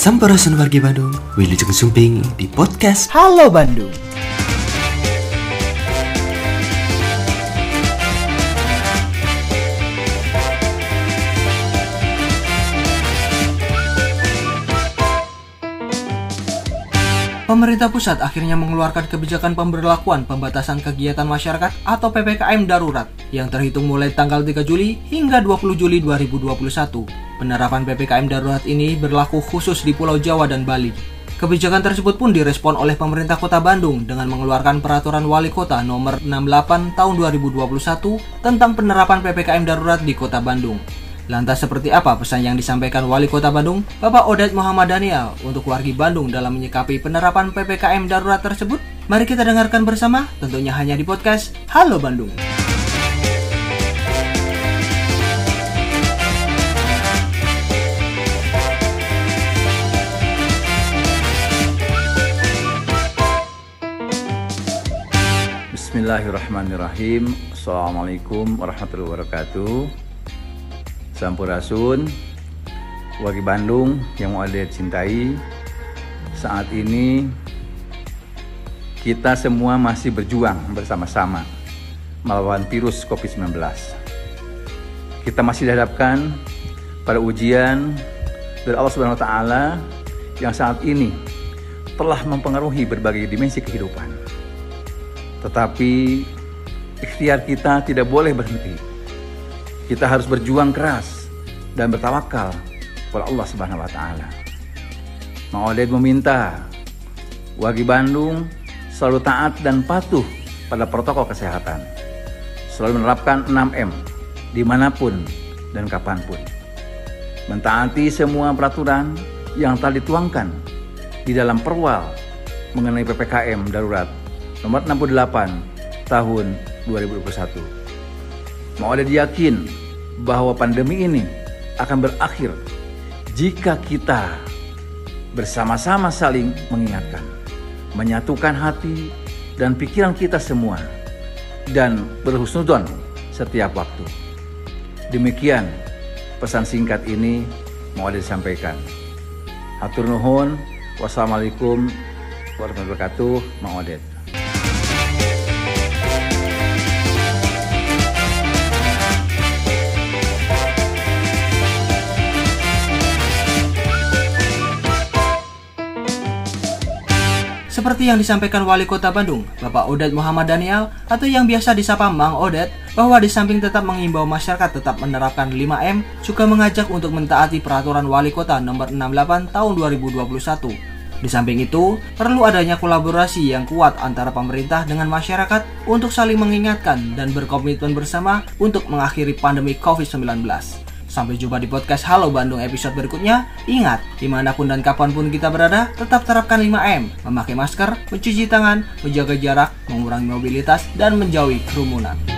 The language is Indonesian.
Sampurasun wargi Bandung, Wilujeng Sumping di podcast Halo Bandung. Pemerintah pusat akhirnya mengeluarkan kebijakan pemberlakuan pembatasan kegiatan masyarakat atau PPKM darurat yang terhitung mulai tanggal 3 Juli hingga 20 Juli 2021. Penerapan PPKM darurat ini berlaku khusus di Pulau Jawa dan Bali. Kebijakan tersebut pun direspon oleh pemerintah Kota Bandung dengan mengeluarkan peraturan Wali Kota nomor 68 tahun 2021 tentang penerapan PPKM darurat di Kota Bandung. Lantas seperti apa pesan yang disampaikan Wali Kota Bandung, Bapak Odet Muhammad Daniel, untuk wargi Bandung dalam menyikapi penerapan PPKM darurat tersebut? Mari kita dengarkan bersama, tentunya hanya di podcast Halo Bandung. Bismillahirrahmanirrahim. Assalamualaikum warahmatullahi wabarakatuh. Sampurasun, wargi Bandung yang mau ada cintai. Saat ini kita semua masih berjuang bersama-sama melawan virus COVID-19. Kita masih dihadapkan pada ujian dari Allah Subhanahu wa Ta'ala yang saat ini telah mempengaruhi berbagai dimensi kehidupan. Tetapi ikhtiar kita tidak boleh berhenti. Kita harus berjuang keras dan bertawakal kepada Allah Subhanahu wa Ta'ala. Mang Odet meminta wargi Bandung selalu taat dan patuh pada protokol kesehatan. Selalu menerapkan 6M dimanapun dan kapanpun. Mentaati semua peraturan yang telah dituangkan di dalam perwal mengenai PPKM darurat nomor 68 tahun 2021. Mang Odet yakin bahwa pandemi ini akan berakhir jika kita bersama-sama saling mengingatkan, menyatukan hati dan pikiran kita semua, dan berhusnudzon setiap waktu. Demikian pesan singkat ini Mang Odet sampaikan. Hatur nuhun. Wassalamualaikum warahmatullahi wabarakatuh. Mang Odet. Seperti yang disampaikan Wali Kota Bandung, Bapak Odet Muhammad Daniel, atau yang biasa disapa Mang Odet, bahwa di samping tetap mengimbau masyarakat tetap menerapkan 5M, juga mengajak untuk mentaati peraturan Wali Kota nomor 68 tahun 2021. Di samping itu, perlu adanya kolaborasi yang kuat antara pemerintah dengan masyarakat untuk saling mengingatkan dan berkomitmen bersama untuk mengakhiri pandemi COVID-19. Sampai jumpa di podcast Halo Bandung episode berikutnya. Ingat, dimanapun dan kapanpun kita berada, tetap terapkan 5M. Memakai masker, mencuci tangan, menjaga jarak, mengurangi mobilitas, dan menjauhi kerumunan.